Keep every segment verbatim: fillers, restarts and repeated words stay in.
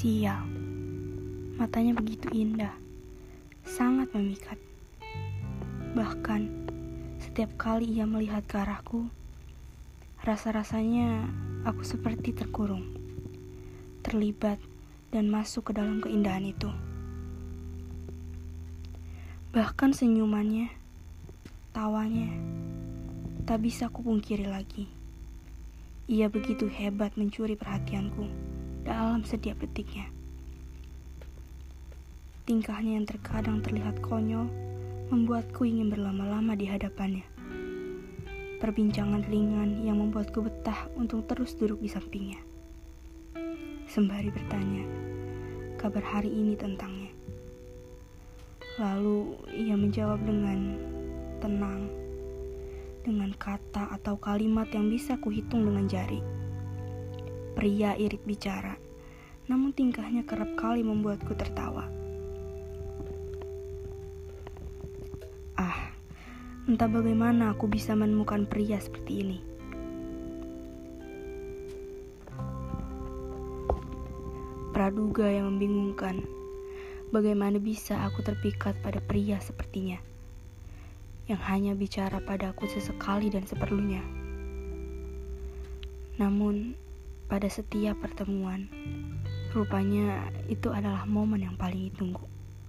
Sial, matanya begitu indah, sangat memikat. Bahkan, setiap kali ia melihat ke arahku, rasa-rasanya aku seperti terkurung, terlibat dan masuk ke dalam keindahan itu. Bahkan senyumannya, tawanya, tak bisa kupungkiri lagi. Ia begitu hebat mencuri perhatianku dalam setiap detiknya. Tingkahnya yang terkadang terlihat konyol membuatku ingin berlama-lama di hadapannya. Perbincangan ringan yang membuatku betah untuk terus duduk di sampingnya. Sembari bertanya kabar hari ini tentangnya. Lalu ia menjawab dengan tenang, dengan kata atau kalimat yang bisa kuhitung dengan jari. Pria irit bicara, namun tingkahnya kerap kali membuatku tertawa. Ah, entah bagaimana aku bisa menemukan pria seperti ini. Praduga yang membingungkan. Bagaimana bisa aku terpikat pada pria sepertinya, yang hanya bicara padaku sesekali dan seperlunya. Namun, pada setiap pertemuan, rupanya itu adalah momen yang paling ditunggu.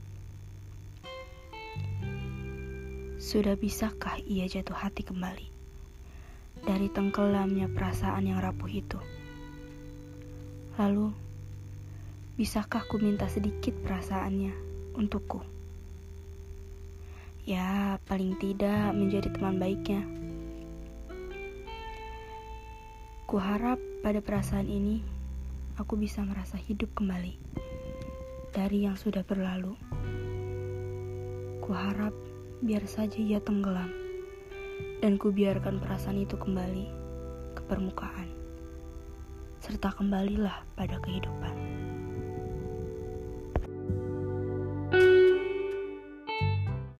Sudah bisakah ia jatuh hati kembali dari tenggelamnya perasaan yang rapuh itu? Lalu, bisakah ku minta sedikit perasaannya untukku? Ya, paling tidak menjadi teman baiknya. Kuharap pada perasaan ini, aku bisa merasa hidup kembali dari yang sudah berlalu. Kuharap biar saja ia tenggelam, dan ku biarkan perasaan itu kembali ke permukaan, serta kembalilah pada kehidupan.